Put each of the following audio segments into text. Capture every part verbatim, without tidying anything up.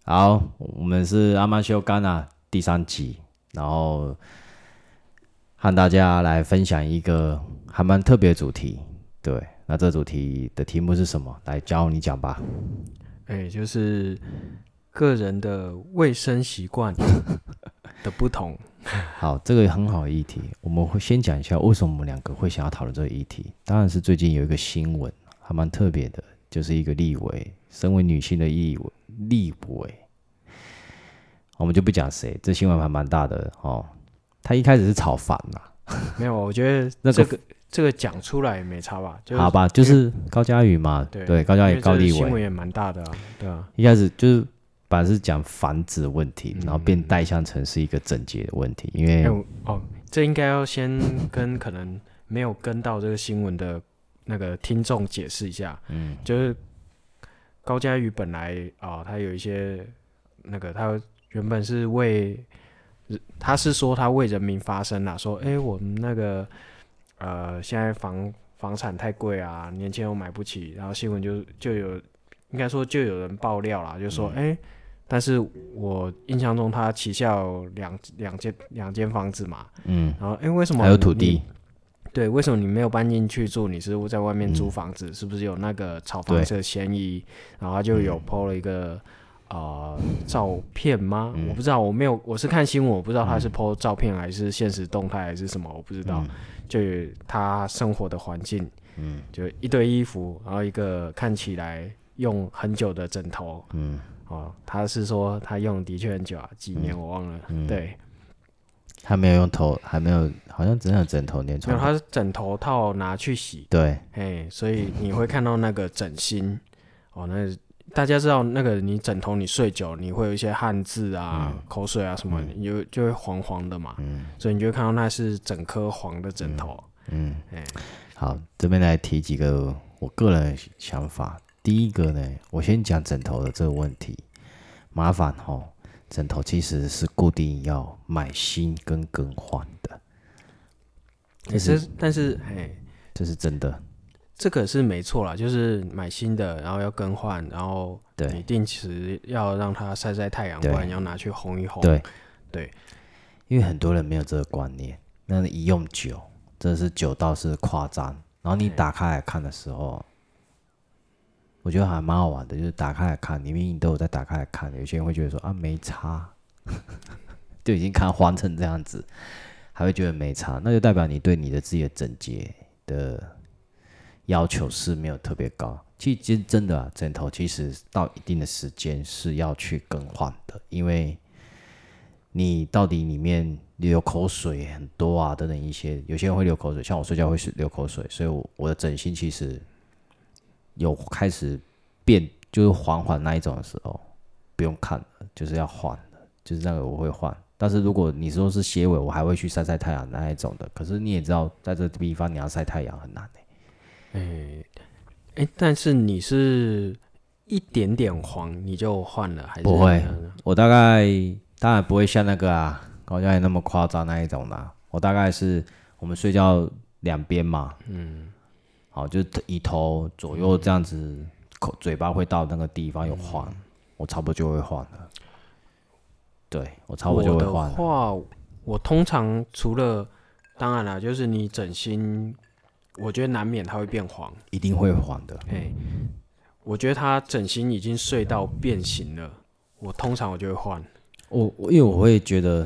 好，我们是阿曼修干啊第三集，然后和大家来分享一个还蛮特别的主题。对，那这主题的题目是什么？来，教你讲吧。 哎、就是个人的卫生习惯的不同。 好，这个很好的议题，我们会先讲一下为什么我们两个会想要讨论这个议题。当然是最近有一个新闻，还蛮特别的，就是一个立委，身为女性的立委，立委，我们就不讲谁，这新闻还蛮大的哦。他一开始是炒反啦， 没有，我觉得那个这个、这个讲出来也没差吧？就是、 好吧，就是高嘉瑜嘛， 对对，高嘉瑜因为这高立委， 新闻也蛮大的啊，对啊， 一开始就是本来是讲繁殖的问题， 嗯然后变带向成是一个整洁的问题，因为哎、我哦，这应该要先跟可能没有跟到这个新闻的那个听众解释一下， 嗯， 就是高嘉瑜本来啊、呃他有一些那个他原本是为他是说他为人民发声啦，说哎、欸我们那个呃现在房房产太贵啊，年轻人买不起，然后新闻就就有应该说就有人爆料啦，就说哎、欸但是我印象中他旗下有两两间两间房子嘛， 嗯， 然后哎、欸为什么还有土你地， 对，为什么你没有搬进去住？你是在外面租嗯房子，是不是有那个炒房子的嫌疑？然后他就有 po 了一个、呃照片吗？ 嗯我不知道，我没有，我是看新闻，我不知道他是 po 照片还是现实动态还是什么，我不知道。 嗯就有他生活的环境， 嗯就一堆衣服，然后一个看起来用很久的枕头。 嗯哦，他是说他用的确很久啊，几年我忘了。 嗯， 对， 他没有用头，还没有，好像只有枕头连没有， 床， 他是枕头套拿去洗。 对， 哎，所以你会看到那个枕芯哦，那大家知道那个你枕头你睡久，你会有一些汗渍啊、 嗯口水啊什么，你就就会黄黄的嘛， 嗯所以你就会看到那是整颗黄的枕头。 嗯， 哎， 好，这边来提几个我个人的想法。第一个呢，我先讲枕头的这个问题，麻烦吼，枕头其实是固定要买新跟更换的， 可是但是哎， 这是真的。 这个是没错啦，就是买新的，然后要更换，然后你对定时要让它晒晒太阳，不对然要拿去烘一烘。 对对， 因为很多人没有这个观念，那一用久，真的是久到是夸张。然后你打开来看的时候，我觉得还蛮好玩的，就是打开来看，你明明都有在打开来看，有些人会觉得说啊没差，就已经看黄成这样子，还会觉得没差，那就代表你对你的自己的整洁的要求是没有特别高。其实真的啊，枕头其实到一定的时间是要去更换的，因为你到底里面流口水很多啊，等等一些，有些人会流口水，像我睡觉会流口水，所以我我的枕芯其实有开始变，就是缓缓那一种的时候，不用看了，就是要换了，就是那个我会换。但是如果你说是鞋尾，我还会去晒晒太阳那一种的。可是你也知道，在这个地方你要晒太阳很难欸哎哎，但是你是一点点黄你就换了，还是不会怎么样呢？ 我大概当然不会像那个啊高嘉瑜那么夸张那一种啦、我大概是我们睡觉两边嘛， 嗯， 好，就是以头左右这样子，口嘴巴会到那个地方有换，我差不多就会换了。对我差不多就会换了。 我的话，我通常除了当然啦，就是你枕芯，我觉得难免它会变黄。 一定会换的。 哎，我觉得它枕芯已经睡到变形了，我通常我就会换。 我我因为我会觉得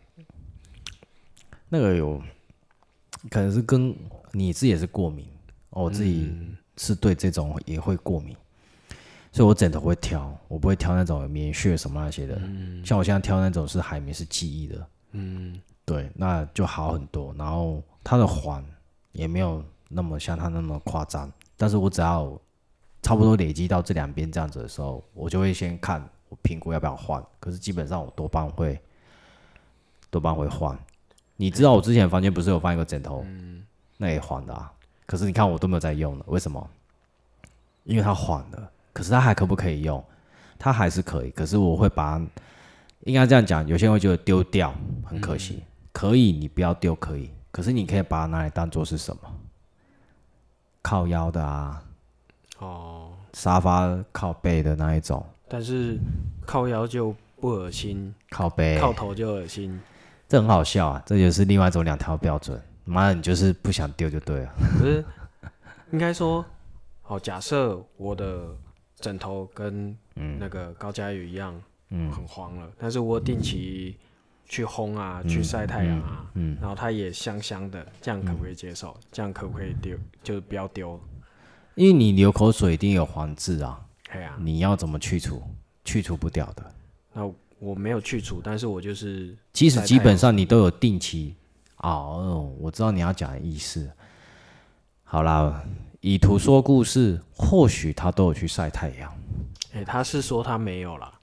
那个有可能是跟你自己也是过敏，哦我自己是对这种也会过敏，所以我枕头会挑，我不会挑那种有棉絮什么那些的。像我现在挑那种是海绵是记忆的， 嗯， 对，那就好很多。然后它的环也没有那么像它那么夸张，但是我只要差不多累积到这两边这样子的时候，我就会先看我评估要不要换。可是基本上我多半会多半会换。你知道我之前房间不是有放一个枕头，那也换的啊。可是你看我都没有在用了，为什么？因为它换了，可是它还可不可以用？它还是可以，可是我会把它，应该这样讲，有些人会觉得丢掉很可惜，可以你不要丢可以，可是你可以把它拿来当做是什么？靠腰的啊， 哦， 沙发靠背的那一种， 但是靠腰就不恶心， 靠背靠头就恶心。 这很好笑啊，这就是另外一种两条标准。妈的，你就是不想丢就对了。 可是应该说，好，假设我的枕头跟那个高嘉瑜一样，嗯，很黄了，但是我定期去烘啊，嗯、去晒太阳啊，嗯，嗯然后它也香香的，这样可不可以接受？嗯、这样可不可以丢？就是不要丢。 因为你流口水一定有黄渍啊， 啊你要怎么去除？去除不掉的。 那我没有去除，但是我就是其实基本上你都有定期。哦，我知道你要讲的意思。好啦，以图说故事，或许他都有去晒太阳。 哎、欸，他是说他没有啦，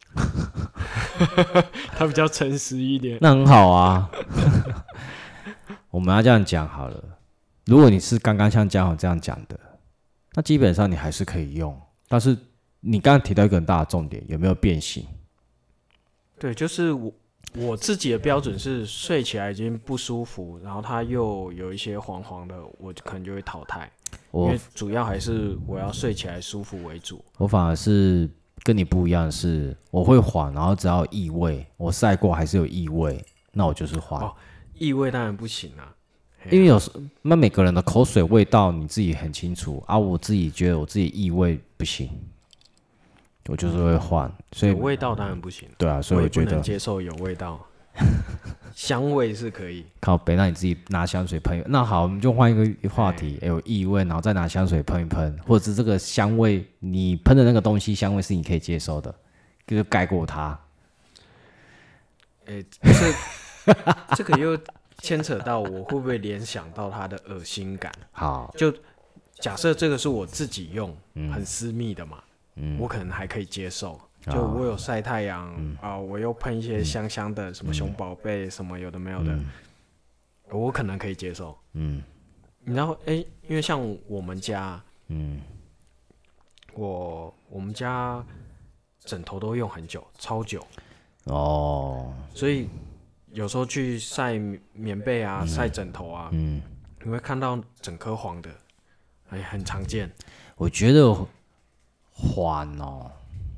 他比较诚实一点。 那很好啊。我们要这样讲好了。如果你是刚刚像嘉宏这样讲的，那基本上你还是可以用。但是你刚刚提到一个很大的重点，有没有变形？ 对，就是我。我自己的标准是睡起来已经不舒服，然后它又有一些黄黄的，我可能就会淘汰。因为主要还是我要睡起来舒服为主。 我反而是跟你不一样的是，我会缓，然后只要有异味，我晒过还是有异味，那我就是缓。 哦，异味当然不行啊， 因为有时那每个人的口水味道你自己很清楚啊，我自己觉得我自己异味不行。我就是会换，所以有味道当然不行。 对啊，所以我觉得我也不能接受有味道，香味是可以。 靠北，那你自己拿香水喷。那好，我们就换一个话题，有异味，然后再拿香水喷一喷，或者是这个香味，你喷的那个东西香味是你可以接受的，就是盖过它。 哎、欸，这这个又牵扯到我会不会联想到它的恶心感？ 好， 就假设这个是我自己用，嗯、很私密的嘛。嗯、我可能还可以接受，就我有晒太阳啊、嗯呃，我又喷一些香香的，什么熊宝贝，什么有的没有的，嗯、我可能可以接受。嗯，你知道，哎、欸，因为像我们家，嗯，我我们家枕头都用很久，超久。哦，所以有时候去晒棉被啊，晒、嗯、枕头啊，嗯，你会看到整颗黄的，哎，很常见。 我觉得。缓哦，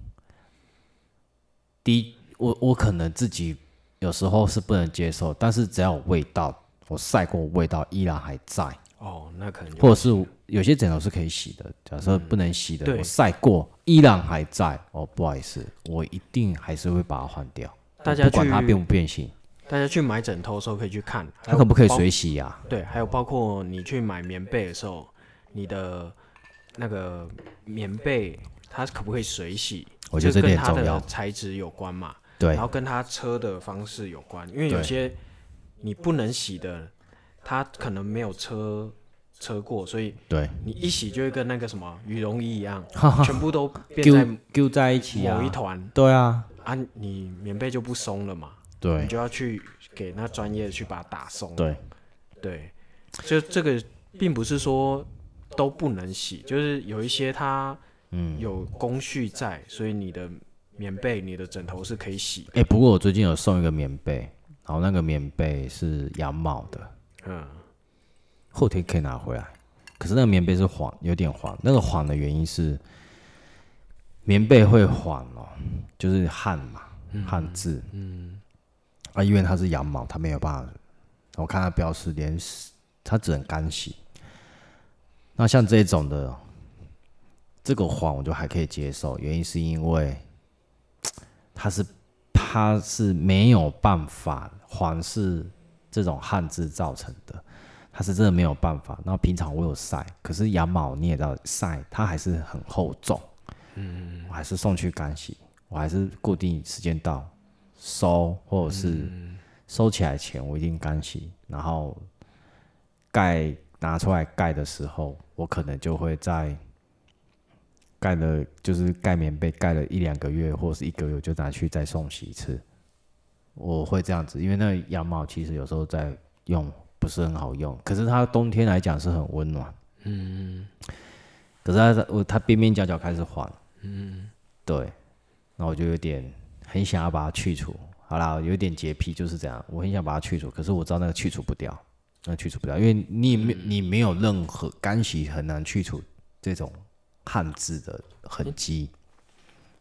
第一，我我可能自己有时候是不能接受，但是只要有味道，我晒过味道依然还在。 哦，那可能或者是有些枕头是可以洗的，假设不能洗的，嗯、我晒过依然还在。哦，不好意思，我一定还是会把它换掉。 大家不管它变不变形。 大家去买枕头的时候可以去看， 它可不可以水洗呀、啊？ 对，还有包括你去买棉被的时候，你的。那个棉被它可不可以水洗？ 我觉得这点重要， 跟它的材质有关嘛。 对， 然后跟它车的方式有关，因为有些你不能洗的，它可能没有车车过，所以对你一洗就会跟那个什么羽绒衣一样，全部都变在揪在一起啊， 某一团。 对啊， 啊，你棉被就不松了嘛。 对， 你就要去给那专业去把它打松。 对， 对，就这个并不是说。都不能洗，就是有一些它有工序在，嗯、所以你的棉被、你的枕头是可以洗的。 哎、欸，不过我最近有送一个棉被，然后那个棉被是羊毛的，嗯，后天可以拿回来。可是那个棉被是黄，有点黄。那个黄的原因是棉被会黄哦，就是汗嘛，汗渍，嗯，啊，因为它是羊毛，它没有办法。我看它标示，连它只能干洗。那像这种的，这个黄我就还可以接受，原因是因为它是它是没有办法，黄是这种汗渍造成的，它是真的没有办法。然后平常我有晒，可是羊毛你也知道晒，它还是很厚重，嗯，我还是送去干洗，我还是固定时间到收，或者是收起来前我一定干洗，然后盖。拿出来盖的时候，我可能就会在盖了，就是盖棉被盖了一两个月或是一个月，我就拿去再送洗一次。我会这样子，因为那羊毛其实有时候在用不是很好用，可是它冬天来讲是很温暖。嗯，可是它我它边边角角开始黄。嗯，对，那我就有点很想要把它去除。好啦，有点洁癖就是这样，我很想把它去除，可是我知道那个去除不掉。那去除不了，因为你没你没有任何干洗，很难去除这种汗渍的痕迹。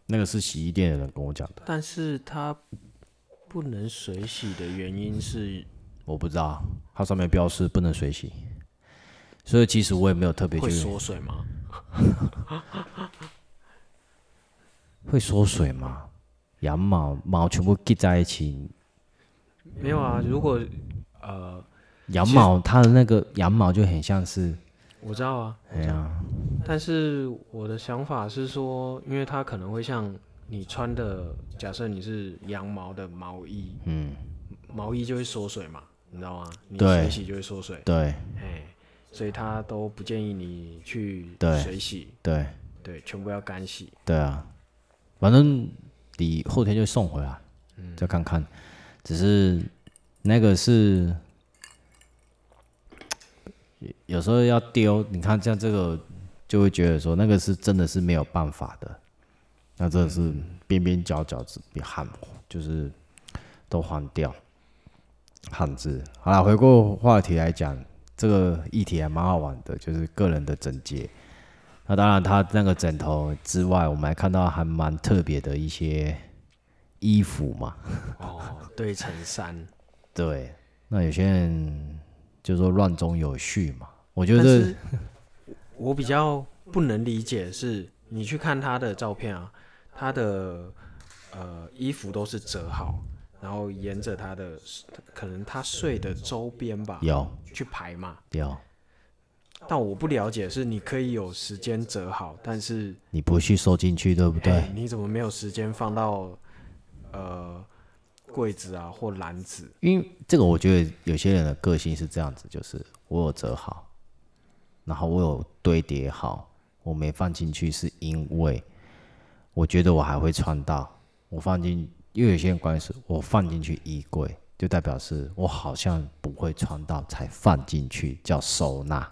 那个是洗衣店的人跟我讲的， 但是它不能水洗的原因是， 我不知道，它上面标示不能水洗，所以其实我也没有特别会去。 缩水吗？ 会缩水吗？羊毛毛全部系在一起， 没有啊，如果呃， 羊毛它的那个羊毛就很像是， 我知道啊， 哎呀， 但是我的想法是说，因为它可能会像你穿的，假设你是羊毛的毛衣， 嗯， 毛衣就会缩水嘛，你知道吗？你对水洗就会缩水， 对哎，所以他都不建议你去对水洗， 对对，全部要干洗。 对啊，反正你后天就送回来，再看看。只是那个是有时候要丢，你看像这个就会觉得说那个是真的是没有办法的，那这是边边角角比焊就是都换掉焊字。好了，回过话题来讲，这个议题还蛮好玩的，就是个人的整洁。那当然，它那个枕头之外，我们还看到还蛮特别的一些衣服嘛。 哦，对称衫。 对，那有些人就说乱中有序嘛。我觉但得是我比较不能理解是，你去看他的照片啊，他的呃衣服都是折好，然后沿着他的可能他睡的周边吧， 有去排嘛。 有， 但我不了解是你可以有时间折好，但是你不去收进去，对不对？ 欸你怎么没有时间放到呃柜子啊或篮子？ 因为这个，我觉得有些人的个性是这样子，就是我有折好，然后我有堆叠好，我没放进去是因为我觉得我还会穿到，我放进，因为有些人观念是我放进去衣柜，就代表是我好像不会穿到才放进去，叫收纳。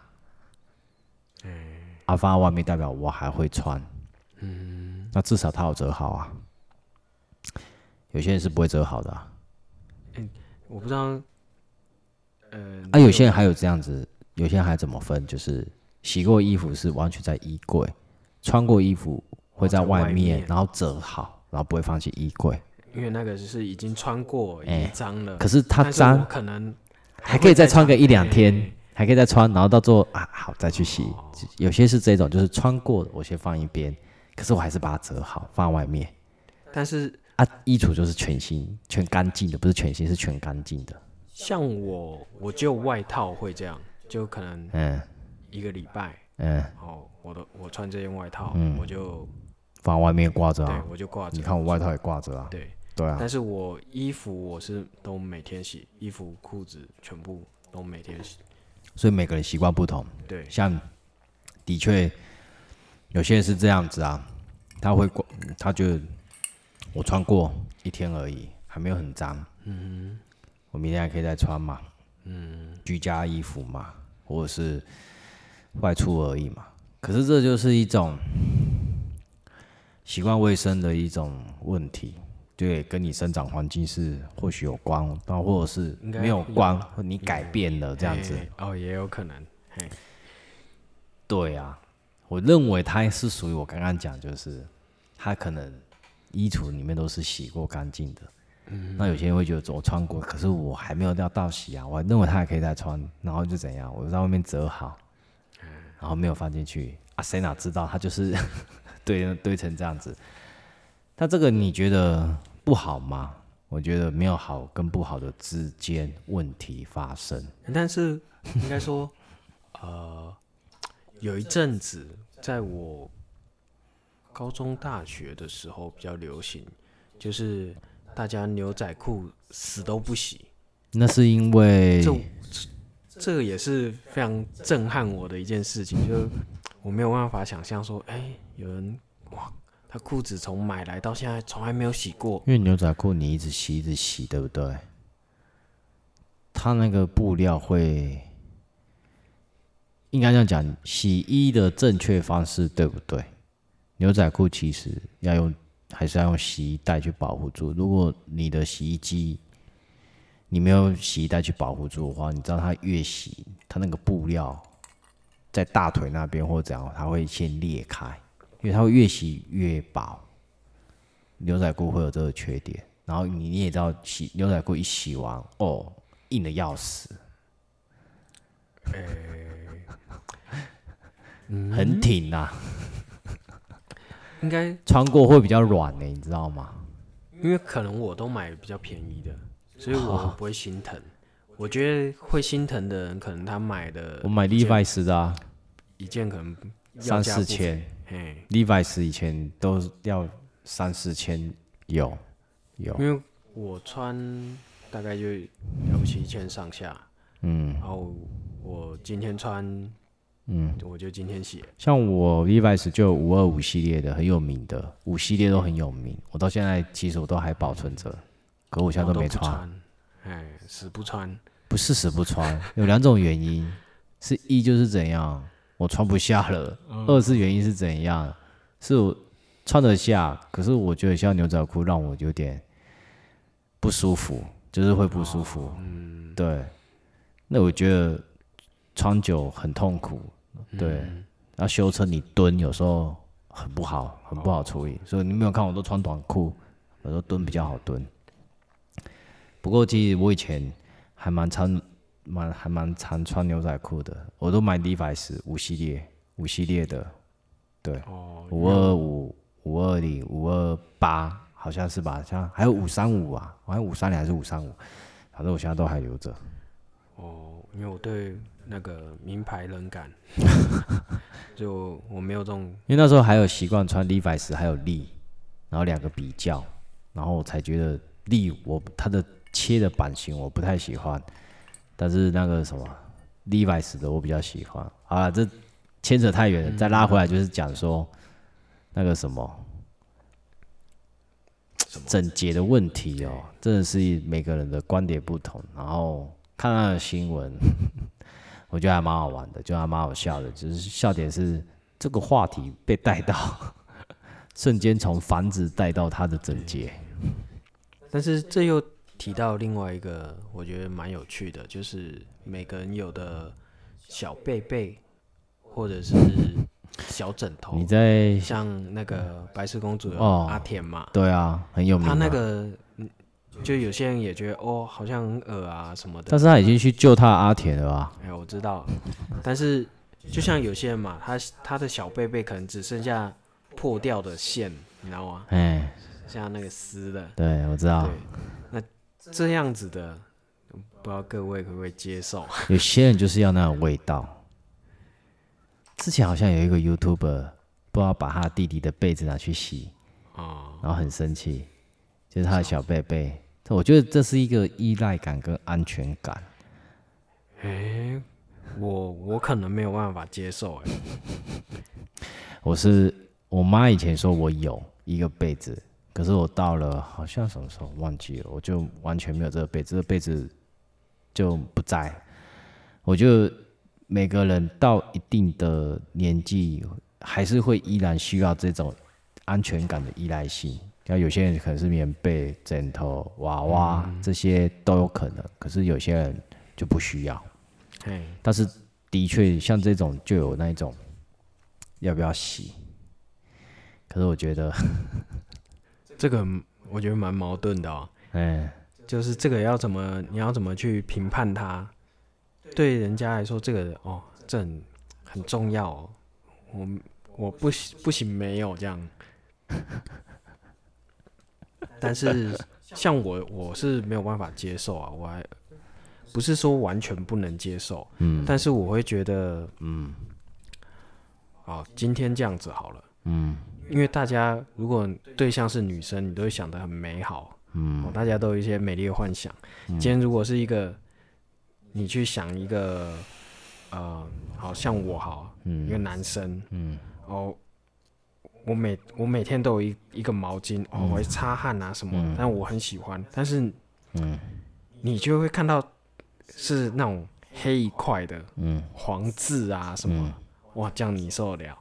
啊，放在外面代表我还会穿，嗯，那至少它有折好啊。有些人是不会折好的啊， 我不知道，呃， 啊，有些人还有这样子，有些人还怎么分？就是洗过衣服是完全在衣柜，穿过衣服会在外面， 在外面然后折好，然后不会放进衣柜。 因为那个是已经穿过，已经脏了。 可是它但是脏我可能还可以再穿个一两欸天，还可以再穿，然后到最后啊，好再去洗。有些是这种，就是穿过的我先放一边，可是我还是把它折好放在外面。 但是啊，衣橱就是全新、全干净的，不是全新，是全干净的。 像我，我就外套会这样，就可能嗯一个礼拜， 嗯， 哦，我的我穿这件外套， 嗯我就放外面挂着对啊。 我就挂着。 你看我外套也挂着啊。 对， 对啊， 但是我衣服我是都每天洗，衣服裤子全部都每天洗。 所以每个人习惯不同。 对， 像的确有些人是这样子啊，他会挂，他觉得我穿过一天而已，还没有很脏。嗯，我明天还可以再穿嘛。嗯，居家衣服嘛，或者是外出而已嘛。可是这就是一种习惯卫生的一种问题，对，跟你生长环境是或许有关，但或者是没有关，或你改变了这样子。 欸哦，也有可能。嘿， 对啊，我认为它是属于我刚刚讲，就是它可能衣橱里面都是洗过干净的。嗯，那有些人会觉得我穿过，可是我还没有要到洗啊，我认为他还可以再穿，然后就怎样，我在外面折好，然后没有放进去啊，谁哪知道他就是堆堆成这样子。那这个你觉得不好吗？我觉得没有好跟不好的之间问题发生。 但是应该说，呃，有一阵子在我高中、大学的时候比较流行，就是大家牛仔裤死都不洗。 那是因为这这个也是非常震撼我的一件事情，就是我没有办法想象说，哎、欸，有人哇，他裤子从买来到现在从来没有洗过。 因为牛仔裤你一直洗一直洗，对不对？它那个布料会，应该这样讲，洗衣的正确方式对不对？牛仔裤其实要用，还是要用洗衣袋去保护住。如果你的洗衣机你没有洗衣袋去保护住的话，你知道它越洗，它那个布料在大腿那边或者怎样，它会先裂开，因为它会越洗越薄。 牛仔裤会有这个缺点。然后你也知道洗牛仔裤一洗完，哦，硬的要死， 欸嗯、 很挺啊， 应该穿过会比较软呢、欸，你知道吗？ 因为可能我都买比较便宜的，所以我不会心疼。我觉得会心疼的人，可能他买的我买 Levi's 的啊， 一件可能三四千嘿 ，Levi's 以前都要三四千有有， 因为我穿大概就了不起一千上下， 嗯， 然后我今天穿， 嗯， 我就今天洗。 像我 Levi's 就有五二五系列的，很有名的，五系列都很有名，我到现在其实我都还保存着，可我现在都没穿。 哎，死不穿， 不是死不穿，有两种原因，是一就是怎样，我穿不下了；嗯、二是原因是怎样，是我穿得下，可是我觉得像牛仔裤让我有点不舒服，就是会不舒服。哦、嗯，对，那我觉得穿久很痛苦，对，嗯、然后修车你蹲有时候很不好，很不好处理，哦、所以你没有看我都穿短裤，有时候蹲比较好蹲。不过其实我以前还蛮常蛮还蛮常穿牛仔裤的，我都买 Levi's 五系列五系列的，对，五二五、五二零、五二八好像是吧？像还有五三五啊，好像五三零还是五三五，反正我现在都还留着。 哦，因为我对那个名牌冷感，就我没有这种， 因为那时候还有习惯穿 Levi's 还有利，然后两个比较，然后我才觉得利我它的切的版型我不太喜欢，但是那个什么 Levi's 的我比较喜欢。好了，这牵扯太远了，再拉回来就是讲说那个什么整洁的问题哦，真的是每个人的观点不同。然后看那个新闻，我觉得还蛮好玩的，就还蛮好笑的。只是笑点是这个话题被带到，瞬间从房子带到它的整洁。 但是这又提到另外一个我觉得蛮有趣的，就是每个人有的小被被或者是小枕头。 你在像那个白雪公主有阿田嘛、哦？ 对啊，很有名、啊。 他那个就有些人也觉得哦，好像很恶啊什么的。 但是他已经去救他阿田了吧？ 哎，我知道。但是就像有些人嘛，他他的小被被可能只剩下破掉的线，你知道吗？哎。像那个丝的， 对，我知道。 那这样子的，不知道各位可不可以接受？ 有些人就是要那种味道。之前好像有一个 YouTuber， 不知道把他弟弟的被子拿去洗，哦、然后很生气，就是他的小贝贝。我觉得这是一个依赖感跟安全感。 哎、欸，我我可能没有办法接受哎。 我是我妈以前说我有一个被子。可是我到了好像什么时候忘记了，我就完全没有这个被子，这个被子就不在。我觉得每个人到一定的年纪，还是会依然需要这种安全感的依赖性。像有些人可能是棉被、枕头、娃娃、嗯、这些都有可能，可是有些人就不需要。但是的确像这种就有那一种要不要洗？可是我觉得。 这个我觉得蛮矛盾的哦，哎，就是这个要怎么，你要怎么去评判它？对人家来说，这个哦，这很很重要哦。我我不不行，没有这样。但是像我，我是没有办法接受啊，我还不是说完全不能接受，嗯，但是我会觉得，嗯，哦，今天这样子好了，嗯。因为大家如果对象是女生，你都会想得很美好，嗯、哦，大家都有一些美丽的幻想。嗯、今天如果是一个，你去想一个，呃，好像我好，嗯、一个男生，嗯，哦，我每我每天都有一一个毛巾，哦，我会擦汗啊什么，嗯、但我很喜欢，但是，嗯，你就会看到是那种黑一块的，嗯，黄字啊什么，嗯、哇，这样你受得了？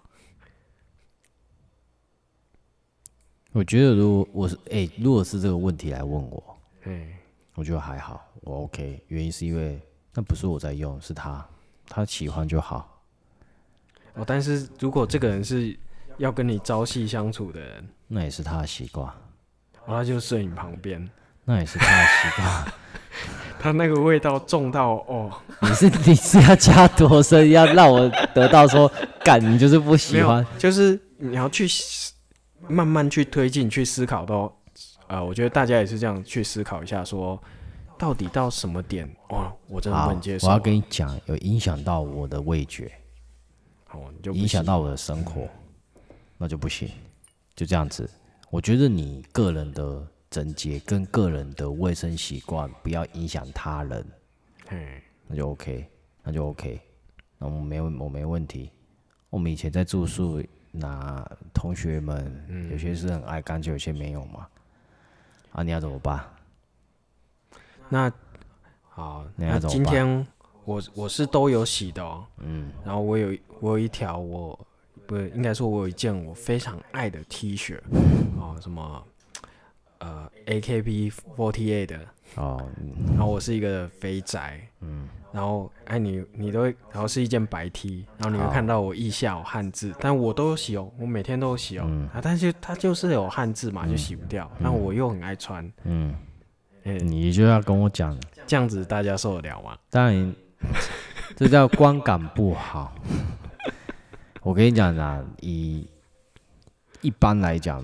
我觉得如果我是哎、欸，如果是这个问题来问我，嗯，我觉得还好，我 OK。原因是因为那不是我在用，是他，他喜欢就好。 哦，但是如果这个人是要跟你朝夕相处的人， 那也是他的习惯。 然后他就睡你旁边， 那也是他的习惯。 他那个味道重到哦， 你是你是要加多深，要让我得到说，干你就是不喜欢， 就是你要去慢慢去推进、去思考到，呃，我觉得大家也是这样去思考一下说，到底到什么点，哇，我真的不能接受。 我要跟你讲，有影响到我的味觉， 哦，就影响到我的生活，那就不行，就这样子。我觉得你个人的整洁跟个人的卫生习惯不要影响他人，那就 OK， 那就 OK， 那我没我没问题。我们以前在住宿，那同学们、嗯、有些是很爱干净，有些没有嘛。啊，你要怎么办？ 那好，那今天我我是都有洗的哦，嗯，然后我有我有一条我不应该说我有一件我非常爱的 T 恤，哦，什么呃 A K B 四十八 的哦、嗯，然后我是一个肥宅，嗯，然后哎你你都会，然后是一件白 T， 然后你会看到我腋下有汉字，但我都有洗哦，我每天都有洗哦，嗯、啊，但是它就是有汉字嘛，就洗不掉，但、嗯、我又很爱穿，嗯。 欸、你就要跟我讲， 这样子大家受得了吗？ 当然，这叫观感不好。我跟你讲啦，以一般来讲，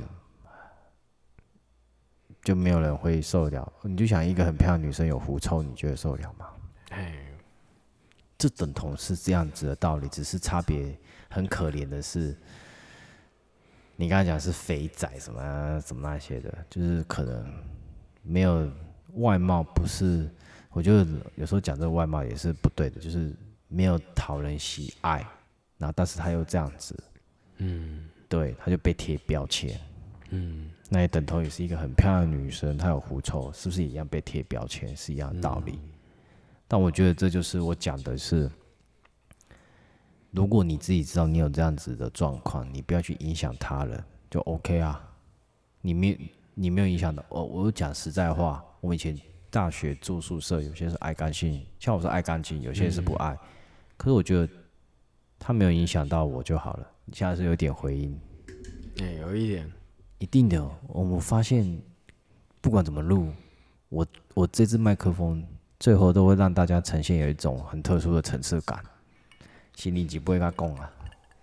就没有人会受得了。你就想一个很漂亮的女生有狐臭，你觉得受得了吗？哎，这等同是这样子的道理，只是差别很可怜的是，你刚才讲是肥仔什么什么那些的，就是可能没有。外貌不是，我觉得有时候讲这个外貌也是不对的，就是没有讨人喜爱，然后但是他又这样子，嗯，对，他就被贴标签，嗯，那也等同也是一个很漂亮的女生，她有狐臭，是不是也一样被贴标签，是一样的道理？嗯、但我觉得这就是我讲的是，如果你自己知道你有这样子的状况，你不要去影响他人，就 OK 啊，你没你没有影响到，哦，我讲实在话。我们以前大学住宿舍，有些是爱干净，像我是爱干净，有些是不爱。嗯、可是我觉得他没有影响到我就好了。你现在是有点回音， 哎、欸，有一点， 一定的。我们发现，不管怎么录，我我这支麦克风最后都会让大家呈现有一种很特殊的层次感。心里就不会跟他讲啊。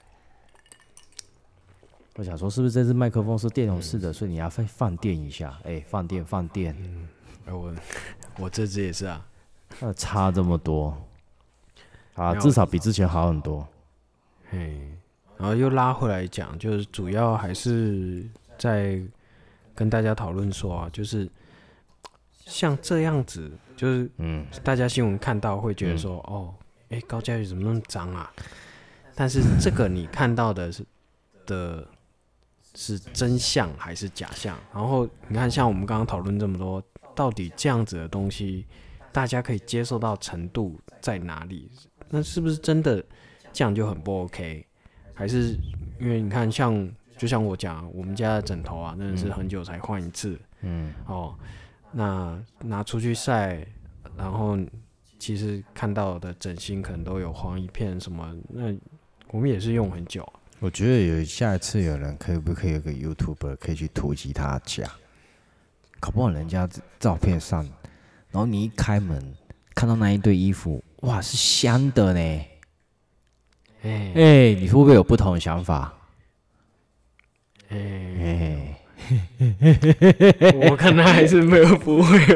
我想说，是不是这支麦克风是电容式的，所以你要放电一下？哎、欸，放电，放电。嗯我我这支也是啊， 那差这么多，啊，至少比之前好很多。 嘿，然后又拉回来讲，就是主要还是在跟大家讨论说啊，就是像这样子，就是嗯，大家新闻看到会觉得说，嗯、哦，哎、欸，高嘉瑜怎么那么脏啊？但是这个你看到的是的。是真相还是假象？然后你看，像我们刚刚讨论这么多，到底这样子的东西，大家可以接受到程度在哪里？那是不是真的这样就很不 OK？ 还是因为你看像，像就像我讲，我们家的枕头啊，真的是很久才换一次。嗯，哦，那拿出去晒，然后其实看到的枕芯可能都有黄一片什么，那我们也是用很久。 我觉得有下一次有人可以不可以有个 YouTuber 可以去突击他家，搞不好人家照片上，然后你一开门看到那一堆衣服，哇，是香的呢。哎、欸欸，你会不会有不同的想法？哎、欸， 我看他还是没有不会。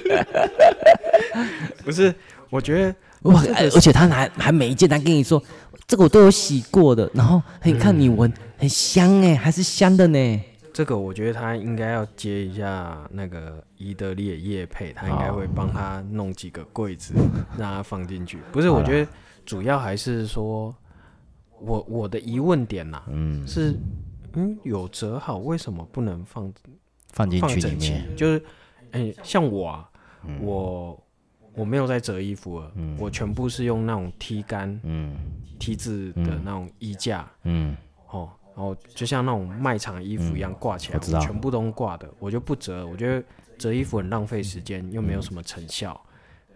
不是，我觉得。 哇！而且他还还每一件，他跟你说，这个我都有洗过的，然后你看你闻、嗯、很香哎，还是香的呢。 这个我觉得他应该要接一下那个宜得利的业配，他应该会帮他弄几个柜子，让他放进去。不是，我觉得主要还是说，我我的疑问点呐、啊，嗯，是嗯有折好，为什么不能放放进去里面？ 就是，哎、欸，像我啊，嗯、我。我没有在折衣服了，嗯、我全部是用那种 T 杆、嗯、T 字的那种衣架，嗯，哦，然后就像那种卖场衣服一样挂起来， 嗯、我, 我全部都挂的，我就不折，我觉得折衣服很浪费时间，又没有什么成效，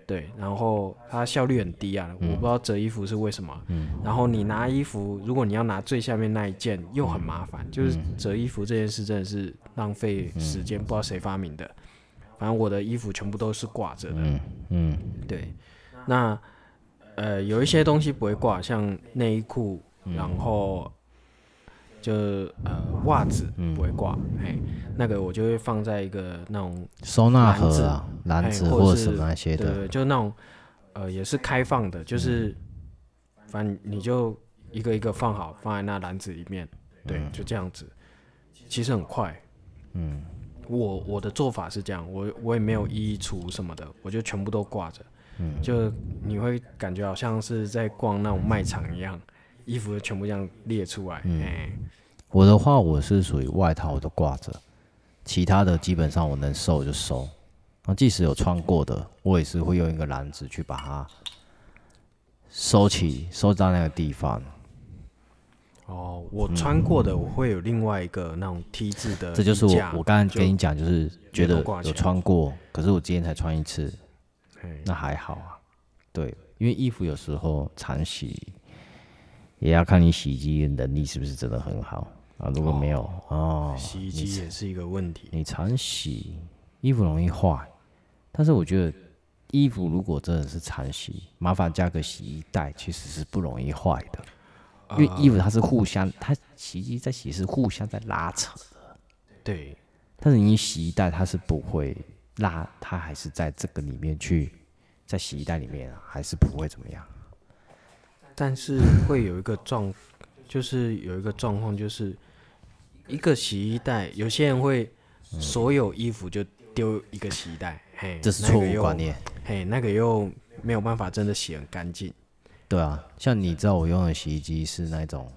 对，然后它效率很低啊， 嗯我不知道折衣服是为什么。嗯，然后你拿衣服，如果你要拿最下面那一件，又很麻烦，就是折衣服这件事真的是浪费时间，不知道谁发明的。反正我的衣服全部都是挂着的。 嗯嗯， 对，那呃有一些东西不会挂，像内衣裤，然后就呃袜子不会挂，嘿，那个我就会放在一个那种收纳盒啊，篮子或者什么那些的， 对，就那种呃也是开放的，就是反正你就一个一个放好，放在那篮子里面，对，就这样子，其实很快。嗯，我我的做法是这样，我我也没有衣橱什么的，我就全部都挂着，嗯，就你会感觉好像是在逛那种卖场一样，衣服全部这样列出来。嗯，欸、 我的话我是属于外套我都挂着，其他的基本上我能收就收。那即使有穿过的，我也是会用一个篮子去把它收起，收到那个地方。 哦，我穿过的我会有另外一个那种 T 字的衣架， 这就是我我刚才跟你讲，就是觉得有穿过，可是我今天才穿一次，那还好啊。对，因为衣服有时候常洗，也要看你洗衣机的能力是不是真的很好啊。如果没有哦，哦洗衣机也是一个问题。 你常洗衣服容易坏，但是我觉得衣服如果真的是常洗，麻烦加个洗衣袋，其实是不容易坏的。因为衣服它是互相，它洗衣机在洗是互相在拉扯的， 对。 但是你洗衣袋它是不会拉，它还是在这个里面去，在洗衣袋里面、啊、还是不会怎么样。 但是会有一个状，就是有一个状况，就是一个洗衣袋，有些人会所有衣服就丢一个洗衣袋，嘿， 这是错误观念。 嘿，那个又没有办法真的洗很干净。 对啊，像你知道我用的洗衣机是那种，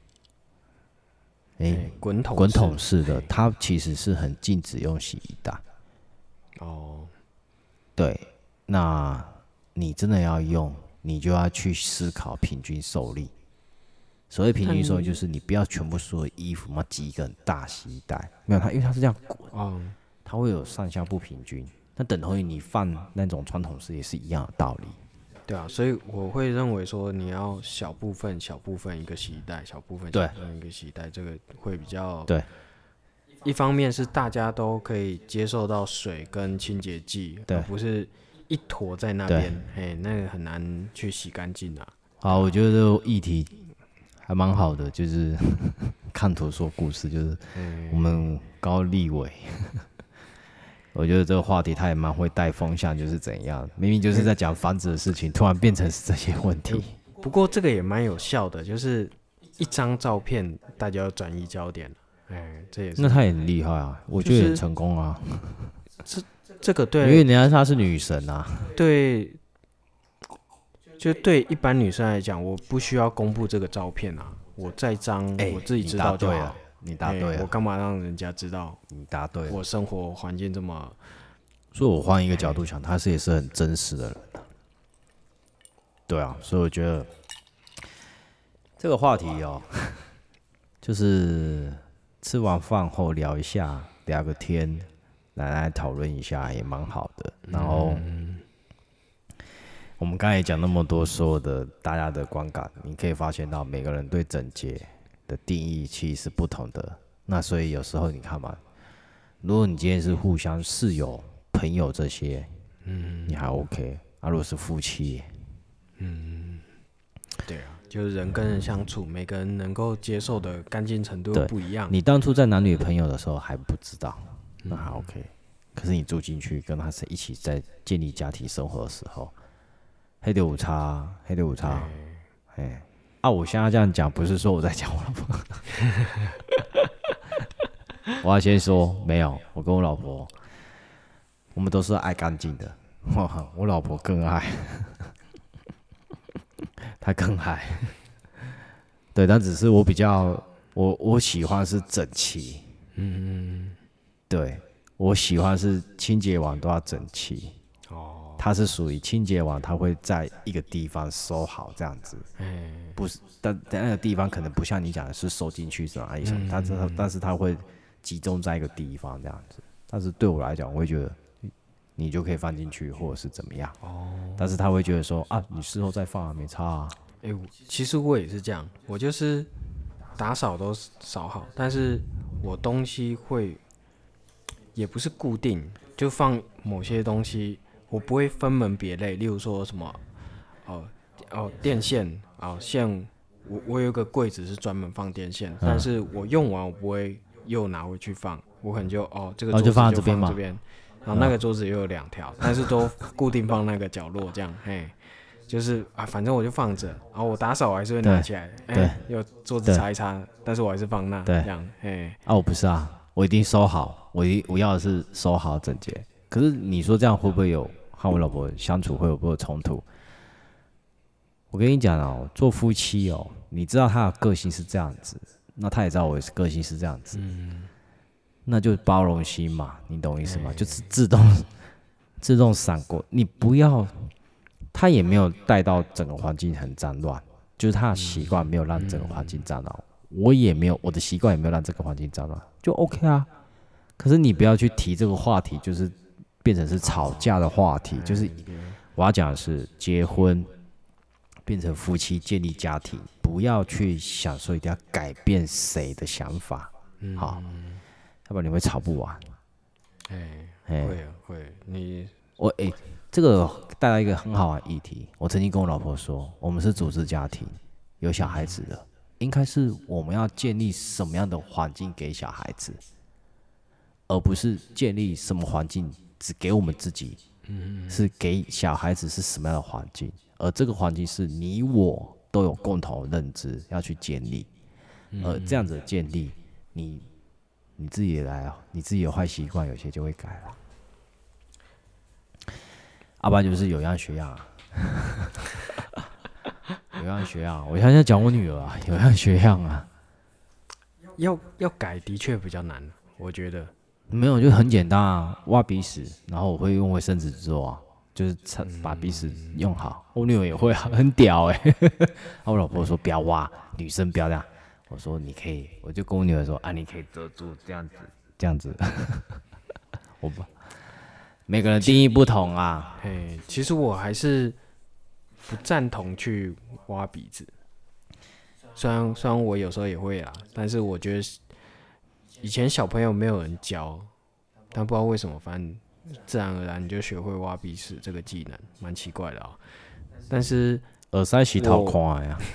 哎、欸， 滚筒滚筒式的，它其实是很禁止用洗衣袋。 哦， 对，那你真的要用，你就要去思考平均受力。所谓平均受力，就是你不要全部所有衣服嘛挤一个很大洗衣袋，没有它，因为它是这样滚，嗯，它会有上下不平均。那等同于你放那种传统式也是一样的道理。 对啊，所以我会认为说，你要小部分、小部分一个洗衣袋，小部分、小部分一个洗衣袋，这个会比较对。 一方面是大家都可以接受到水跟清洁剂，而不是一坨在那边，哎，那个很难去洗干净啊。 好，我觉得这个议题还蛮好的，就是看图说故事，就是我们高立伟。我觉得这个话题他也蛮会带风向，就是怎样，明明就是在讲房子的事情，突然变成是这些问题。 不过这个也蛮有效的，就是一张照片大家要转移焦点，哎，这也是。 那他也很厉害啊，我觉得很成功啊。 这这个对， 因为人家她是女神啊。 对，就对一般女生来讲，我不需要公布这个照片啊，我再张、欸、我自己知道就好。 你答对了， 欸、我干嘛让人家知道？ 你答对了， 我生活环境这么…… 所以我换一个角度想，他是也是很真实的人。对啊，所以我觉得这个话题哦，就是吃完饭后聊一下，聊个天，来来讨论一下也蛮好的。然后、嗯、我们刚才讲那么多，所有的大家的观感，你可以发现到每个人对整洁的定义其实是不同的。那所以有时候你看嘛，如果你今天是互相室友、朋友这些，嗯，你还 OK。啊，如果是夫妻， 嗯，对啊，就是人跟人相处，每个人能够接受的干净程度不一样。 你当初在男女朋友的时候还不知道，那还 OK、嗯。可是你住進去，跟他一起在建立家庭生活的時候，黑的有差，黑的有差。哎、欸，啊，我現在這樣講，不是說我在講我老婆。我要先說，沒有，我跟我老婆，我們都是愛乾淨的。我老婆更愛，她更愛。對，但只是我比較，我我喜歡是整齊。嗯，對。我喜歡是清潔完都要整齊，哦，它是屬於清潔完，它會在一個地方收好這樣子，不是，但但那個地方可能不像你講的是收進去是哪裡什麼，但是但是它會集中在一個地方這樣子，但是對我來講，我會覺得你就可以放进去，或者是怎么样。哦。但是他会觉得说啊，你事后再放啊，没差啊。 哎、欸，其实我也是这样，我就是打扫都扫好，但是我东西会也不是固定，就放某些东西，我不会分门别类。例如说什么哦哦电线哦线，我我有一个柜子是专门放电线，嗯、但是我用完我不会又拿回去放，我可能就哦这个桌子就放这边嘛，然后那个桌子又有两条，但是都固定放那个角落这样，嘿。就是啊，反正我就放着，然后我打扫我还是会拿起来，对，又、欸、桌子擦一擦，但是我还是放那，这样，哎， 啊，我不是啊，我一定收好，我一我要的是收好整洁。可是你说这样会不会有和我老婆相处会有不会有冲突？我跟你讲哦，做夫妻哦，你知道他的个性是这样子，那他也知道我的个性是这样子，嗯，那就包容心嘛，你懂我意思吗？欸、就是自动自动闪过，你不要。他也没有带到整个环境很脏乱，就是他的习惯没有让整个环境脏乱，我也没有我的习惯也没有让这个环境脏乱，就 OK 啊。可是你不要去提这个话题，就是变成是吵架的话题。就是我要讲的是，结婚变成夫妻建立家庭，不要去想说一定要改变谁的想法，好，要不然你会吵不完。 哎，会啊会，你我哎。欸这个带来一个很好的议题。我曾经跟我老婆说，我们是组织家庭，有小孩子的，应该是我们要建立什么样的环境给小孩子，而不是建立什么环境只给我们自己，是给小孩子是什么样的环境，而这个环境是你我都有共同的认知要去建立，而这样子的建立，你你自己来啊，你自己有坏习惯，有些就会改了。要、啊、不然就是有样学样、啊，有样学样。我现在讲我女儿啊，有样学样啊。 要要改的确比较难，我觉得。 没有，就很简单啊，挖鼻屎，然后我会用卫生纸做啊，就是把鼻屎用好。我女儿也会啊，很屌哎、欸。我老婆说不要挖，女生不要这样。我说你可以，我就跟我女儿说啊，你可以遮住这样子，这样子。我不。每个人定义不同啊。 嘿，其实我还是不赞同去挖鼻子。虽然虽然我有时候也会啦，但是我觉得以前小朋友没有人教，但不知道为什么，反正自然而然你就学会挖鼻屎这个技能，蛮奇怪的啊、喔。但是耳塞是头看呀，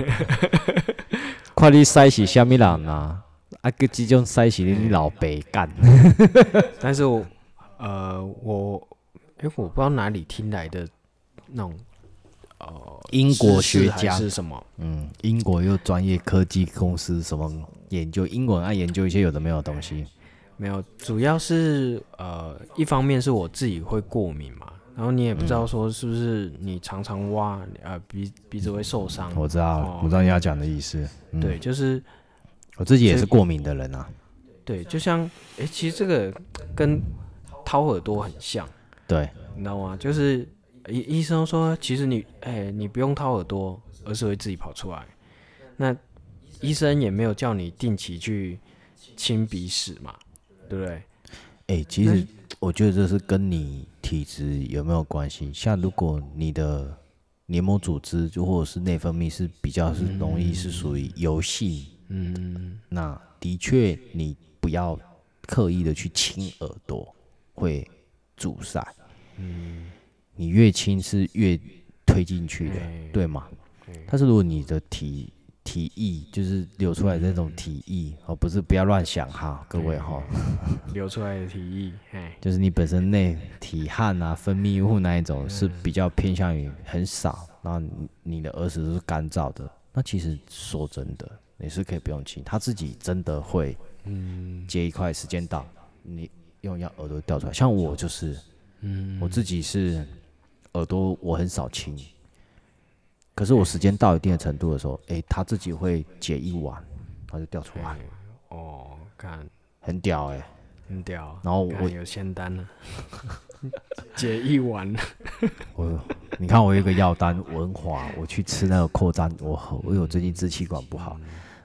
看你塞是虾米人啊？啊，个这种塞是你老爸干。 但是我。呃，我，哎、欸，我不知道哪里听来的那种，呃， 英国学家是什么？ 嗯，英国又专业科技公司什么研究，英国人爱研究一些有的没有的东西。 没有，主要是呃，一方面是我自己会过敏嘛，然后你也不知道说是不是你常常挖，呃，鼻鼻子会受伤。 我知道，哦、我知道你要讲的意思。嗯、 对，就是我自己也是过敏的人啊。 对，就像，哎、欸，其实这个跟掏耳朵很像， 对， 你知道吗？就是医医生说，其实你，哎、欸，你不用掏耳朵，而是会自己跑出来。那医生也没有叫你定期去清鼻屎嘛，对不对？ 哎、欸，其实我觉得这是跟你体质有没有关系。像如果你的黏膜组织就或者是内分泌是比较是容易是属于油性，嗯，那的确你不要刻意的去清耳朵。会阻塞，嗯，你越轻是越推进去的，欸、对吗？欸、但是如果你的体体液就是流出来的那种体液，嗯、哦，不是不要乱想哈，各位哈， 流出来的体液， 就是你本身内体汗啊、分泌物那一种是比较偏向于很少，然后你的耳屎是干燥的，那其实说真的，你是可以不用清，他自己真的会，嗯，接一块时间到你。用要耳朵掉出来，像我就是，嗯，我自己是耳朵我很少清，可是我时间到一定的程度的时候，哎、欸，它自己会解一碗，然后就掉出来。 欸、哦，看， 很屌哎、欸， 很屌。 然后我有仙丹了，解一碗。 我，你看我有一个药单，我很滑，我去吃那个扩张，我我有最近支气管不好，然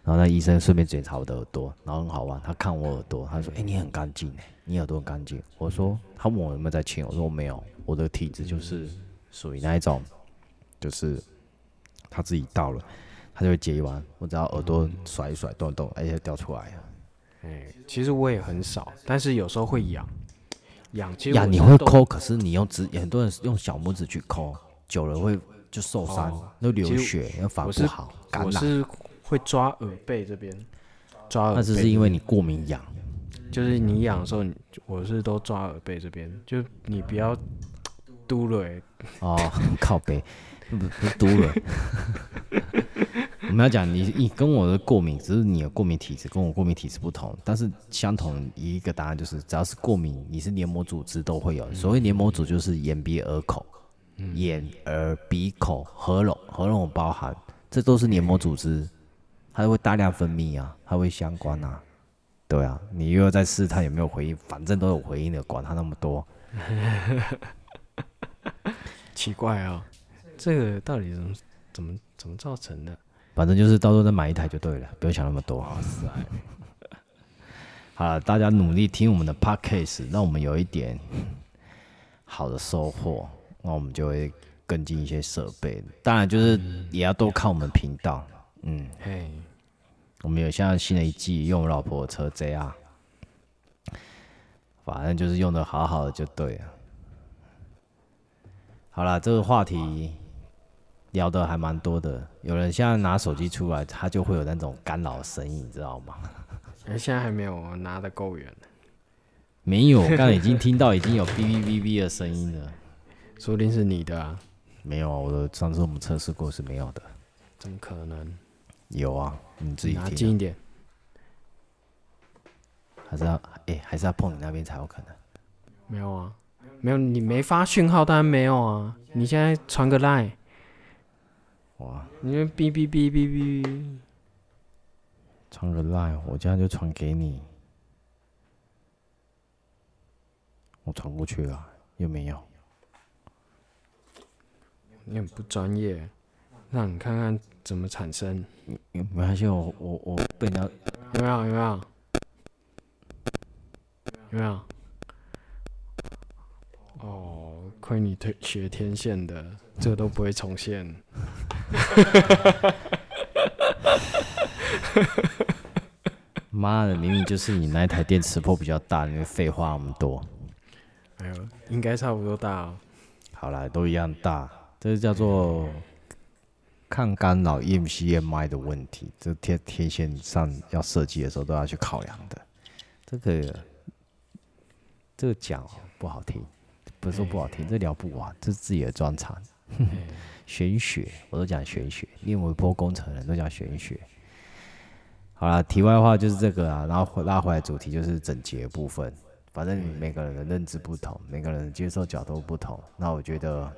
然后那医生顺便检查我的耳朵，然后很好玩，他看我耳朵，他说：“哎、欸，你很干净哎，你耳朵很干净。”我说：“他问我有没有在亲，我说我没有，我的体质就是属于那一种，就是他自己到了，他就会接完，我只要耳朵甩一甩、动一动，哎、欸，掉出来了。” 哎，其实我也很少，但是有时候会痒，痒。其实痒你会抠，可是你用指，很多人用小拇指去抠，久了会就受伤，那、哦、流血，那反而不好，感染。 我是会抓耳背这边，抓耳背。 那只是因为你过敏痒， 就是你痒的时候，我是都抓耳背这边，就你不要嘟了、欸。 哦，靠背，不不嘟了。我们要讲你，你跟我的过敏，只是你的过敏体质跟我过敏体质不同，但是相同一个答案就是，只要是过敏，你是黏膜组织都会有。所谓黏膜组就是眼、鼻、耳、口，眼、耳、鼻、口、喉咙，喉咙包含，这都是黏膜组织，它会大量分泌啊，它会相关啊，对啊，你又要在试探有没有回应，反正都有回应的，管它那么多。 奇怪啊、哦，这个到底怎么怎么怎么造成的？ 反正就是到时候再买一台就对了，不用想那么多。 哇塞！ 好了，大家努力听我们的 podcast， 让我们有一点好的收获，那我们就会跟进一些设备。当然，就是也要多看我们频道。嗯，嘿，我们有像新的一季用我老婆的车 J R， 反正就是用的好好的就对了。好了，这个话题聊的还蛮多的，有人现在拿手机出来，他就会有那种干扰声音，你知道吗？ 哎、欸，现在还没有，我拿得够远。 没有，我刚才已经听到已经有哔哔哔哔的声音了， 说不定是你的啊。 没有啊，我的上次我们测试过是没有的。 怎么可能？ 有啊，你自己听、啊。 拿近一点。 还是要哎、欸，还是要碰你那边才有可能。 没有啊，没有，你没发讯号，当然没有啊。你现在传个 line。 哇！ 你就哔哔哔哔哔， 传个 line， 我这样就传给你，我传过去了，又没有。 你很不专业，让你看看怎么产生。 没关系，我我我被人家有没有有没有有没有？哦，亏你学天线的，这个都不会重现。 妈的，明明就是你那一台电磁波比较大，你废话那么多。 哎呦，应该差不多大哦。 好啦，都一样大，这叫做抗干扰 E M C M I 的问题，这天天线上要设计的时候都要去考量的。这个这个讲不好听，不是说不好听，这聊不完，这是自己的专长。玄学，我都讲玄学，念微波工程人都讲玄学。好啦，题外话就是这个啊，然后拉回来主题就是整洁部分。反正每个人的认知不同，每个人的接受角度不同。那我觉得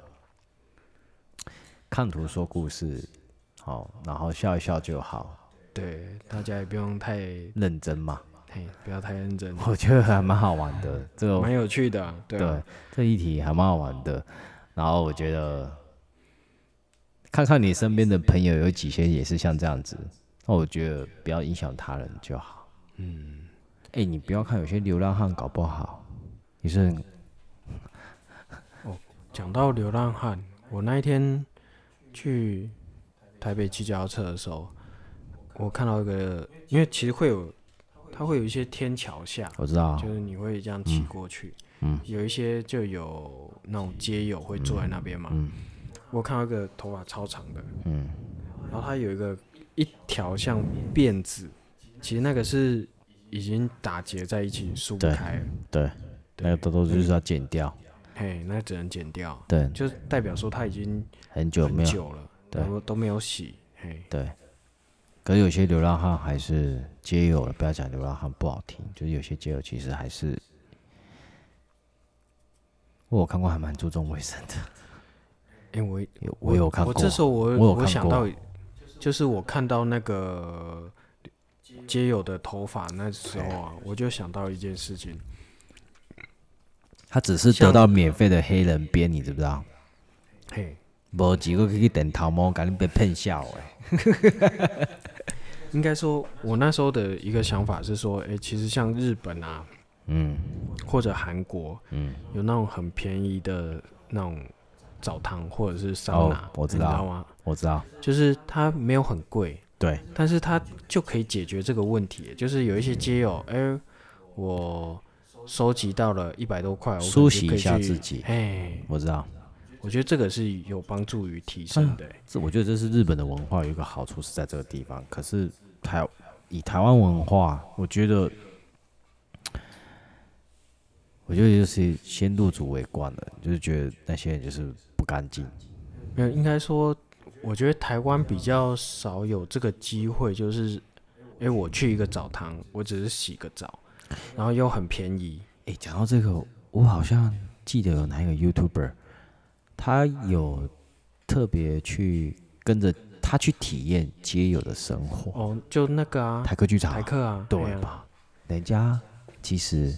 看图说故事，好，然后笑一笑就好。 对，大家也不用太认真嘛。 嘿，不要太认真。 我觉得还蛮好玩的，这个蛮有趣的、啊。对, 啊、 对，这一题还蛮好玩的。然后我觉得看看你身边的朋友有几些也是像这样子，那我觉得不要影响他人就好。嗯。哎、欸，你不要看有些流浪汉搞不好，也是很。 哦，讲到流浪汉，我那一天去台北骑脚踏车的时候，我看到一个，因为其实会有，它会有一些天桥下， 我知道， 就是你会这样骑过去，嗯，有一些就有那种街友会坐在那边嘛，嗯，我看到一个头发超长的，嗯，然后他有一个一条像辫子，其实那个是。已经打结在一起，梳不开了。 对，对，那个痘痘就是要剪掉。 嘿，那只能剪掉。 对， 就代表说他已经很久没有很久了，都都没有洗。嘿， 对。可是有些流浪汉还是街友了，不要讲流浪汉不好听，就是有些街友其实还是，我有看过，还蛮注重卫生的。 哎、欸，我有我有看过。 我这时候我我有我想到，就是我看到那个。街友的头发那时候啊，我就想到一件事情， 他只是得到免费的黑人编，你知不知道？ 嘿， 无几个去电头毛，赶紧被骗笑哎。 应该说，我那时候的一个想法是说，哎、欸，其实像日本啊， 嗯， 或者韩国， 嗯， 有那种很便宜的那种澡堂或者是桑拿， 哦，我知道， 你知道吗？ 我知道， 就是它没有很贵， 对， 但是它就可以解决这个问题。就是有一些街友，哎、欸，我收集到了一百多块， 梳洗一下自己， 哎， 我知道。 我觉得这个是有帮助于提升的、欸。 这我觉得这是日本的文化有一个好处是在这个地方，可是台以台湾文化，我觉得，我觉得就是先入主为惯了，就是觉得那些人就是不干净。 没有，应该说，我觉得台湾比较少有这个机会，就是，哎、欸，我去一个澡堂，我只是洗个澡，然后又很便宜。 哎、欸，讲到这个，我好像记得有哪一个 YouTuber。他有特别去跟着他去体验街友的生活哦，就那个啊， 台客剧场， 台客啊， 对吧？人家其实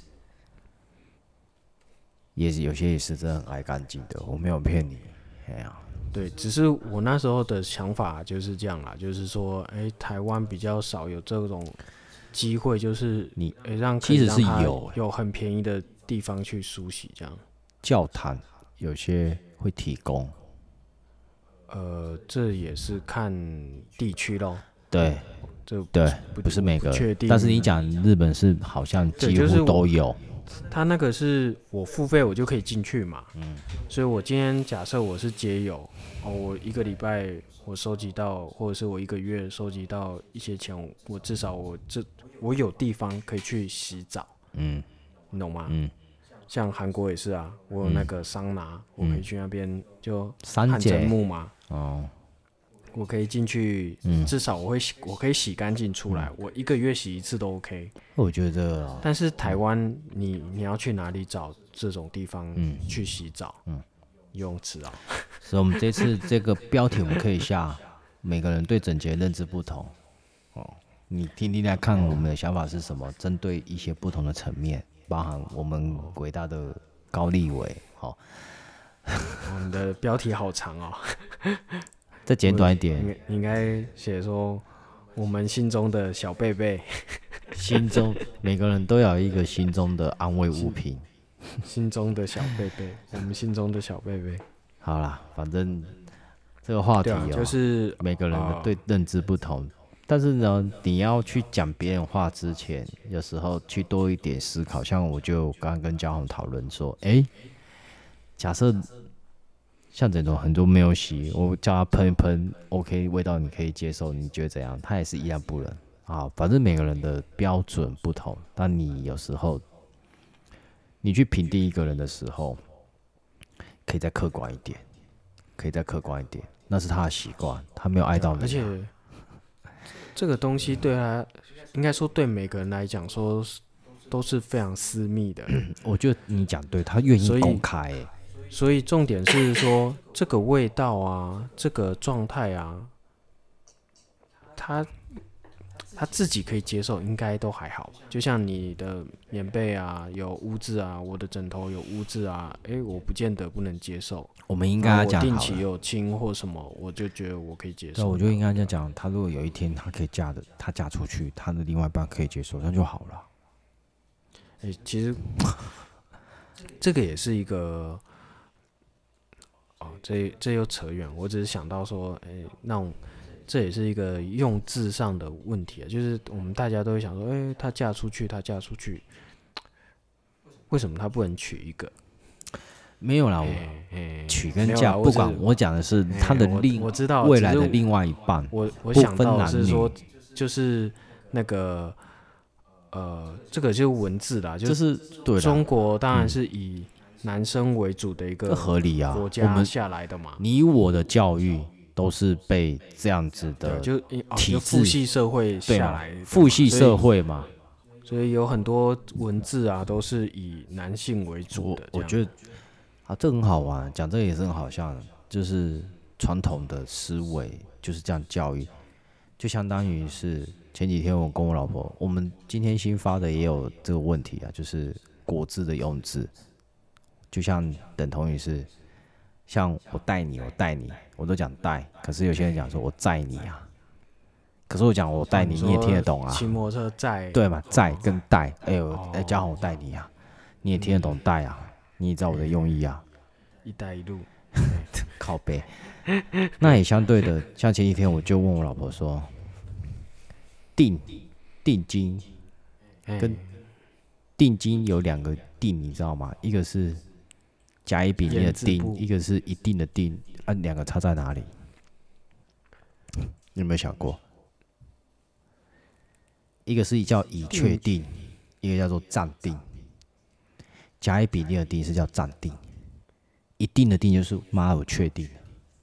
也有些也是真的很爱干净的，我没有骗你，哎呀， 对，只是我那时候的想法就是这样啦，就是说，哎、欸，台湾比较少有这种机会，就是你哎、欸、让其实是有有很便宜的地方去梳洗这样。 教堂有些会提供， 呃，这也是看地区咯。 对， 这对，不, 不是每个， 确定。 但是你讲日本是好像几乎都有。 就是、他那个是我付费我就可以进去嘛， 嗯， 所以我今天假设我是街友，哦，我一个礼拜我收集到，或者是我一个月收集到一些钱，我至少我这我有地方可以去洗澡， 嗯， 你懂吗？ 嗯。 像韩国也是啊，我有那个桑拿，嗯、我可以去那边就汗蒸木嘛， 哦， 我可以进去，嗯、至少我会洗，我可以洗干净出来，嗯、我一个月洗一次都 OK。 我觉得、哦， 但是台湾你你要去哪里找这种地方去洗澡？嗯，游泳池啊。 所以我们这次这个标题我们可以下，每个人对整洁认知不同，哦，你听听来看我们的想法是什么，针对一些不同的层面。包含我们伟大的高立伟，好， 我们的标题好长哦， 再简短一点。 你应该写说我们心中的小贝贝， 心中每个人都有一个心中的安慰物品， 心中的小贝贝，我们心中的小贝贝。 好啦，反正这个话题哦、喔啊， 就是每个人的对认知不同。呃但是呢，你要去讲别人话之前，有时候去多一点思考。像我就刚刚跟嘉宏讨论说，哎、欸，假设像这种很多没有洗，我叫他喷一喷 ，OK， 味道你可以接受，你觉得怎样？他也是依然不能啊。反正每个人的标准不同，但你有时候你去评定一个人的时候，可以再客观一点，可以再客观一点，那是他的习惯，他没有爱到你、啊， 而且。这个东西对他，应该说对每个人来讲说都是非常私密的。 我觉得你讲对，他愿意公开、欸， 所以重点是说这个味道啊，这个状态啊，他他自己可以接受，应该都还好。就像你的棉被啊有污渍啊，我的枕头有污渍啊，哎、欸，我不见得不能接受。 我们应该讲好了， 定期有亲或什么，我就觉得我可以接受。 对，我就应该这样讲。他如果有一天他可以嫁的，他嫁出去，他的另外一半可以接受，那就好了。 哎、欸，其实这个也是一个，哦，这这又扯远。我只是想到说，哎、欸，那种这也是一个用字上的问题啊。就是我们大家都会想说，哎、欸，她嫁出去，她嫁出去，为什么她不能娶一个？ 没有啦，我、欸欸、娶跟嫁不管，我讲的是他的另、 欸、我知道未来的另外一半。 我我想到的是说，就是那个呃，这个就是文字啦，就是对中国当然是以男生为主的一个合理啊， 国家下来的嘛。 你我的教育都是被这样子的就体制、 哦、父系社会下来的， 父系社会嘛， 所以有很多文字啊都是以男性为主的。 我, 我觉得。啊，这很好玩，讲这个也是很好笑的，就是传统的思维就是这样教育，就相当于是前几天我跟我老婆，我们今天新发的也有这个问题啊，就是国字的用字，就像等同于是像我带你，我带你，我都讲带，可是有些人讲说我载你啊， 可是我讲我带你，你也听得懂啊。 骑摩托车载， 对嘛，载跟带，哎呦，哎，嘉豪我带你啊，你也听得懂带啊，你也知道我的用意啊。 一带一路， 靠背。那也相对的，像前几天我就问我老婆说，定定金跟定金有两个定，你知道吗？一个是甲乙丙丁的定，一个是一定的定，啊，两个差在哪里？你有没有想过？一个是叫已确定，一个叫做暂定。甲乙丙丁的丁是叫暂定，一定的定就是妈我确定了。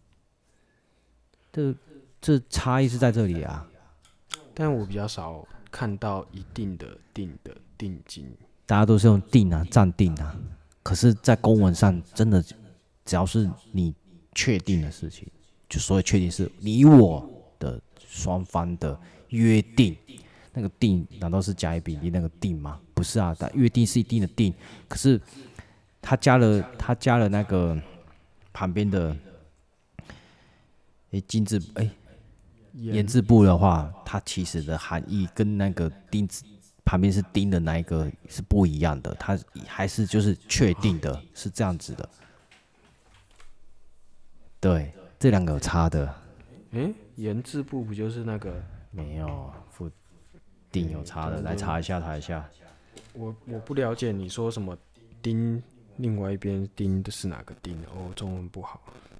这这差异是在这里啊。 但我比较少看到一定的定的定金， 大家都是用定啊、暂定啊。可是，在公文上，真的只要是你确定的事情，就所谓确定是你我的双方的约定。那个定难道是甲乙丙丁那个定吗？不是啊，但约定是一定的定，可是他加了他加了那个旁边的。哎，金字哎，言字部的话，它其实的含义跟那个丁字旁边是丁的那一个是不一样的，它还是就是确定的，是这样子的。对，这两个有差的。 哎，言字部不就是那个？ 没有，副丁有差的，来查一下，查一下。 我我不了解你说什么丁，另外一边丁的是哪个丁？哦，中文不好。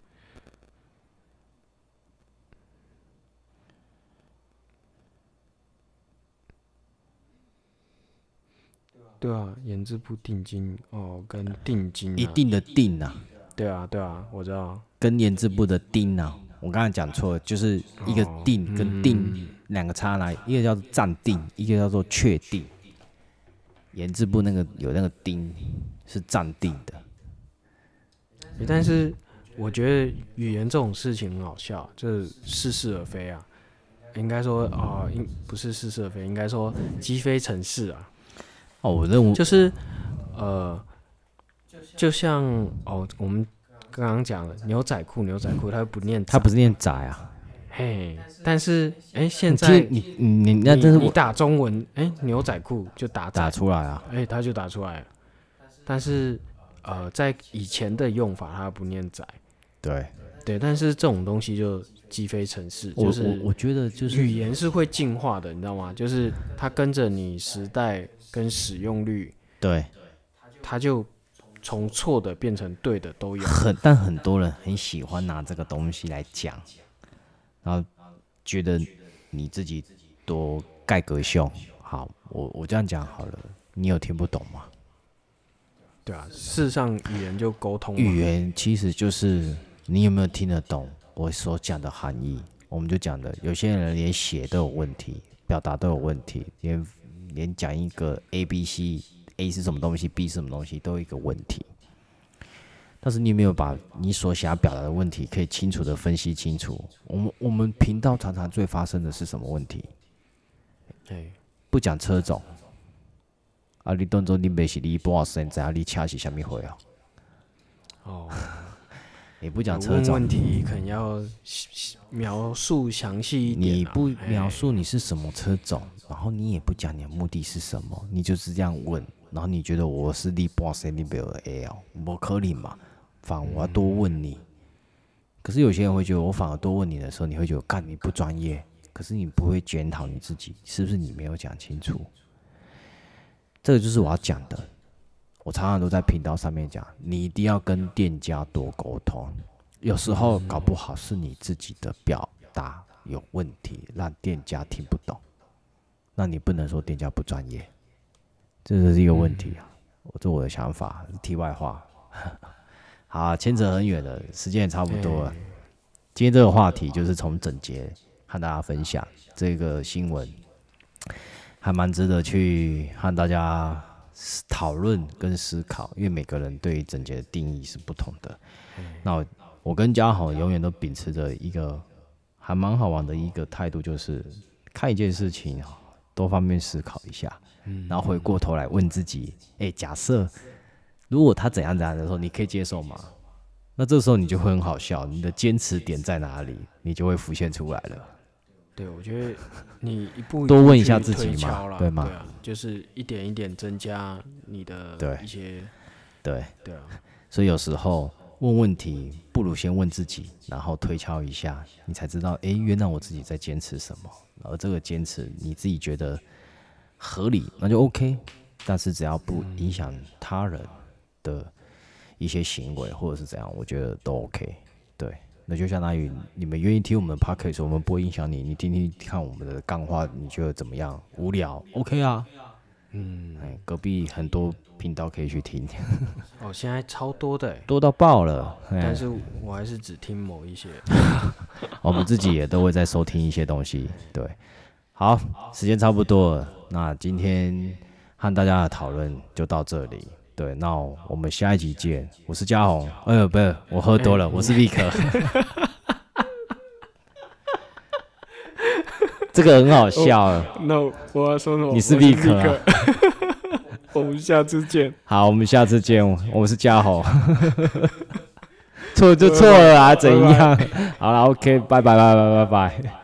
对啊，言字部定金哦，跟定金、啊、 一定的定啊。 对啊，对啊，我知道。 跟言字部的定啊，我刚才讲错了，就是一个定跟定两个差来，一个叫做暂定，一个叫做确定。言字部那个有那个定是暂定的。 欸、但是我觉得语言这种事情很好笑，就是似是而非啊。应该说啊、呃，不是似是而非，应该说鸡飞城市啊。 哦，我认为就是呃，就像哦，我们刚刚讲了牛仔裤，牛仔裤它不念， 它不是念仔啊。 嘿，但是哎、欸，现在你你你那真是你打中文，哎、欸，牛仔裤就打仔打出来啊， 哎、欸，它就打出来了。但是呃，在以前的用法，它不念仔。 对对，但是这种东西就鸡飞城市，就是我我觉得就是语言是会进化的，你知道吗？就是它跟着你时代跟使用率， 对， 它就从错的变成对的都有。 很但很多人很喜欢拿这个东西来讲，然后觉得你自己多盖革秀。好，我我这样讲好了，你有听不懂吗？ 对啊，事实上语言就沟通嘛。 语言其实就是你有没有听得懂我所讲的含义？我们就讲的，有些人连写都有问题，表达都有问题，连连讲一个 A B C，A 是什么东西 ，B 是什么东西，都有一个问题。但是你有没有把你所想要表达的问题，可以清楚的分析清楚？我们我们频道常常最发生的是什么问题？不讲车种。啊！你当作你袂是你半生，知影你车是啥物货哦？ 哦， 你不讲车种， 问问题可能要描述详细一点、啊。 你不描述你是什么车种，然后你也不讲你的目的是什么，你就是这样问，然后你觉得我是你半生你袂有 A L， 不可能嘛？反而我要多问你。可是有些人会觉得，我反而多问你的时候，你会觉得干你不专业，可是你不会检讨你自己，是不是你没有讲清楚？这个就是我要讲的，我常常都在频道上面讲，你一定要跟店家多沟通。有时候搞不好是你自己的表达有问题，让店家听不懂，那你不能说店家不专业，这是一个问题啊。我这我的想法，题外话。好，牵扯很远了，时间也差不多了。今天这个话题就是从整洁和大家分享这个新闻。还蛮值得去和大家讨论跟思考，因为每个人对于整洁的定义是不同的。那 我, 我跟嘉豪永远都秉持着一个还蛮好玩的一个态度，就是看一件事情多方面思考一下，然后回过头来问自己：哎、欸，假设如果他怎样怎样的时候，你可以接受吗？那这时候你就会很好笑，你的坚持点在哪里，你就会浮现出来了。 对，我觉得你一步一步多问一下自去推己嘛敲啦对吗对啊，就是一点一点增加你的对一些， 对， 对啊， 所以有时候问问题不如先问自己，然后推敲一下，你才知道，哎，原来我自己在坚持什么，而这个坚持你自己觉得合理，那就 OK。但是只要不影响他人的一些行为或者是怎样，我觉得都 OK。对，那就相当于你们愿意听我们的 podcast， 我们不会影响你，你听听看我们的干话，你觉得怎么样？无聊 OK 啊？嗯，隔壁很多频道可以去听， 哦，现在超多的欸， 多到爆了。 但是我还是只听某一些。 我们自己也都会在收听一些东西。对，好，时间差不多了，那今天和大家的讨论就到这里。对，那我们下一集见。我是嘉宏，呃，不是，我喝多了，我是 Vic。这个很好笑。 那、oh, no, 我要说什么？ 你是 Vic 啊。 我们下次见。 好，我们下次见。我是嘉宏。错就错了啊，怎样？好了 ，OK， 拜拜拜拜拜拜。